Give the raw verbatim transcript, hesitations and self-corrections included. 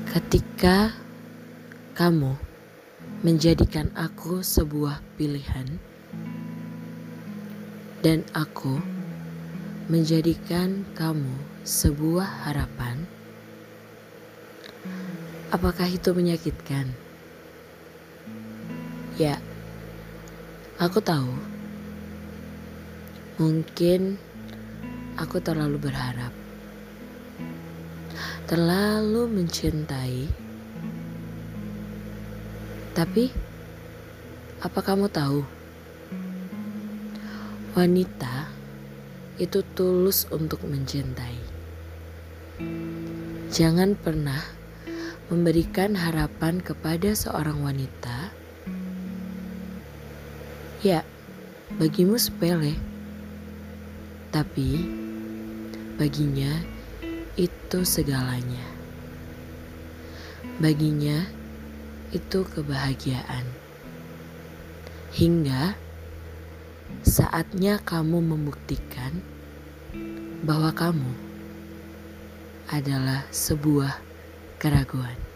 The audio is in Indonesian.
Ketika kamu menjadikan aku sebuah pilihan dan aku menjadikan kamu sebuah harapan, apakah itu menyakitkan? Ya, aku tahu. Mungkin aku terlalu berharap, terlalu mencintai. Tapi, apa kamu tahu? Wanita itu tulus untuk mencintai. Jangan pernah memberikan harapan kepada seorang wanita. Ya, bagimu sepele. Tapi, baginya itu segalanya. Baginya itu kebahagiaan. Hingga saatnya kamu membuktikan bahwa kamu adalah sebuah keraguan.